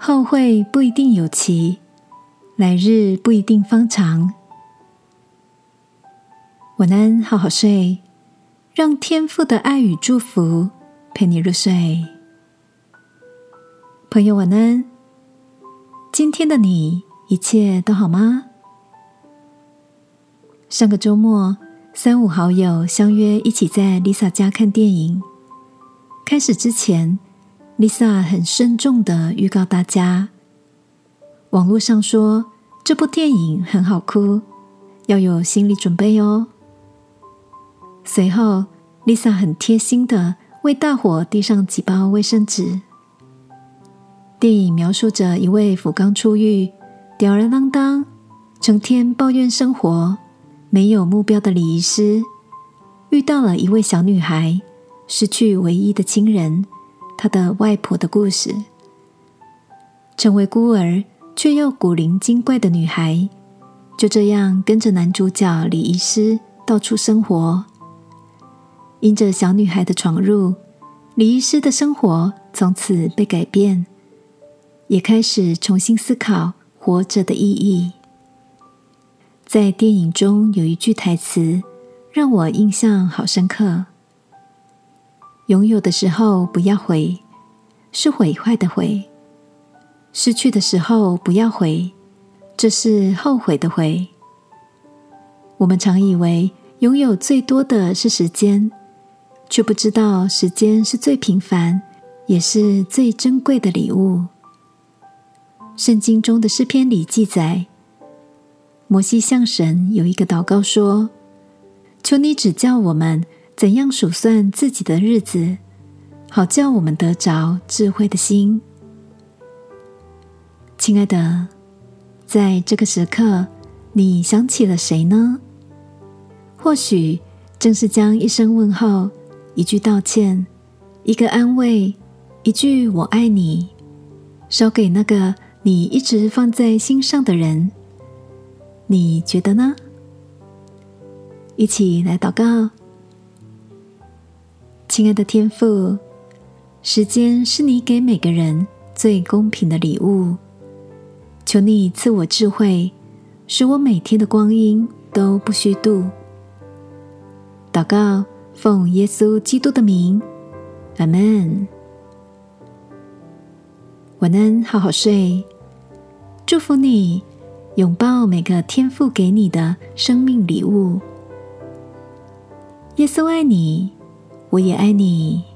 后会不一定有期，来日不一定方长。晚安，好好睡，让天父的爱与祝福陪你入睡。朋友晚安，今天的你一切都好吗？上个周末，3、5好友相约一起在 Lisa 家看电影。开始之前，Lisa 很慎重地预告大家，网络上说这部电影很好哭，要有心理准备哦。随后 Lisa 很贴心地为大伙递上几包卫生纸。电影描述着一位福刚出狱、吊儿郎当、成天抱怨生活、没有目标的礼仪师，遇到了一位小女孩，失去唯一的亲人，她的外婆的故事。成为孤儿却又古灵精怪的女孩，就这样跟着男主角礼仪师到处生活。因着小女孩的闯入，礼仪师的生活从此被改变，也开始重新思考活着的意义。在电影中有一句台词让我印象好深刻：拥有的时候不要悔，是毁坏的悔；失去的时候不要悔，这是后悔的悔。我们常以为拥有最多的是时间，却不知道时间是最平凡也是最珍贵的礼物。圣经中的诗篇里记载，摩西向神有一个祷告说：求你指教我们怎样数算自己的日子，好叫我们得着智慧的心。亲爱的，在这个时刻，你想起了谁呢？或许正是将一声问候、一句道歉、一个安慰、一句我爱你，捎给那个你一直放在心上的人。你觉得呢？一起来祷告。亲爱的天父，时间是你给每个人最公平的礼物，求你赐我智慧，使我每天的光阴都不虚度。祷告，奉耶稣基督的名，阿们。晚安，好好睡。祝福你，拥抱每个天父给你的生命礼物。耶稣爱你，我也爱你。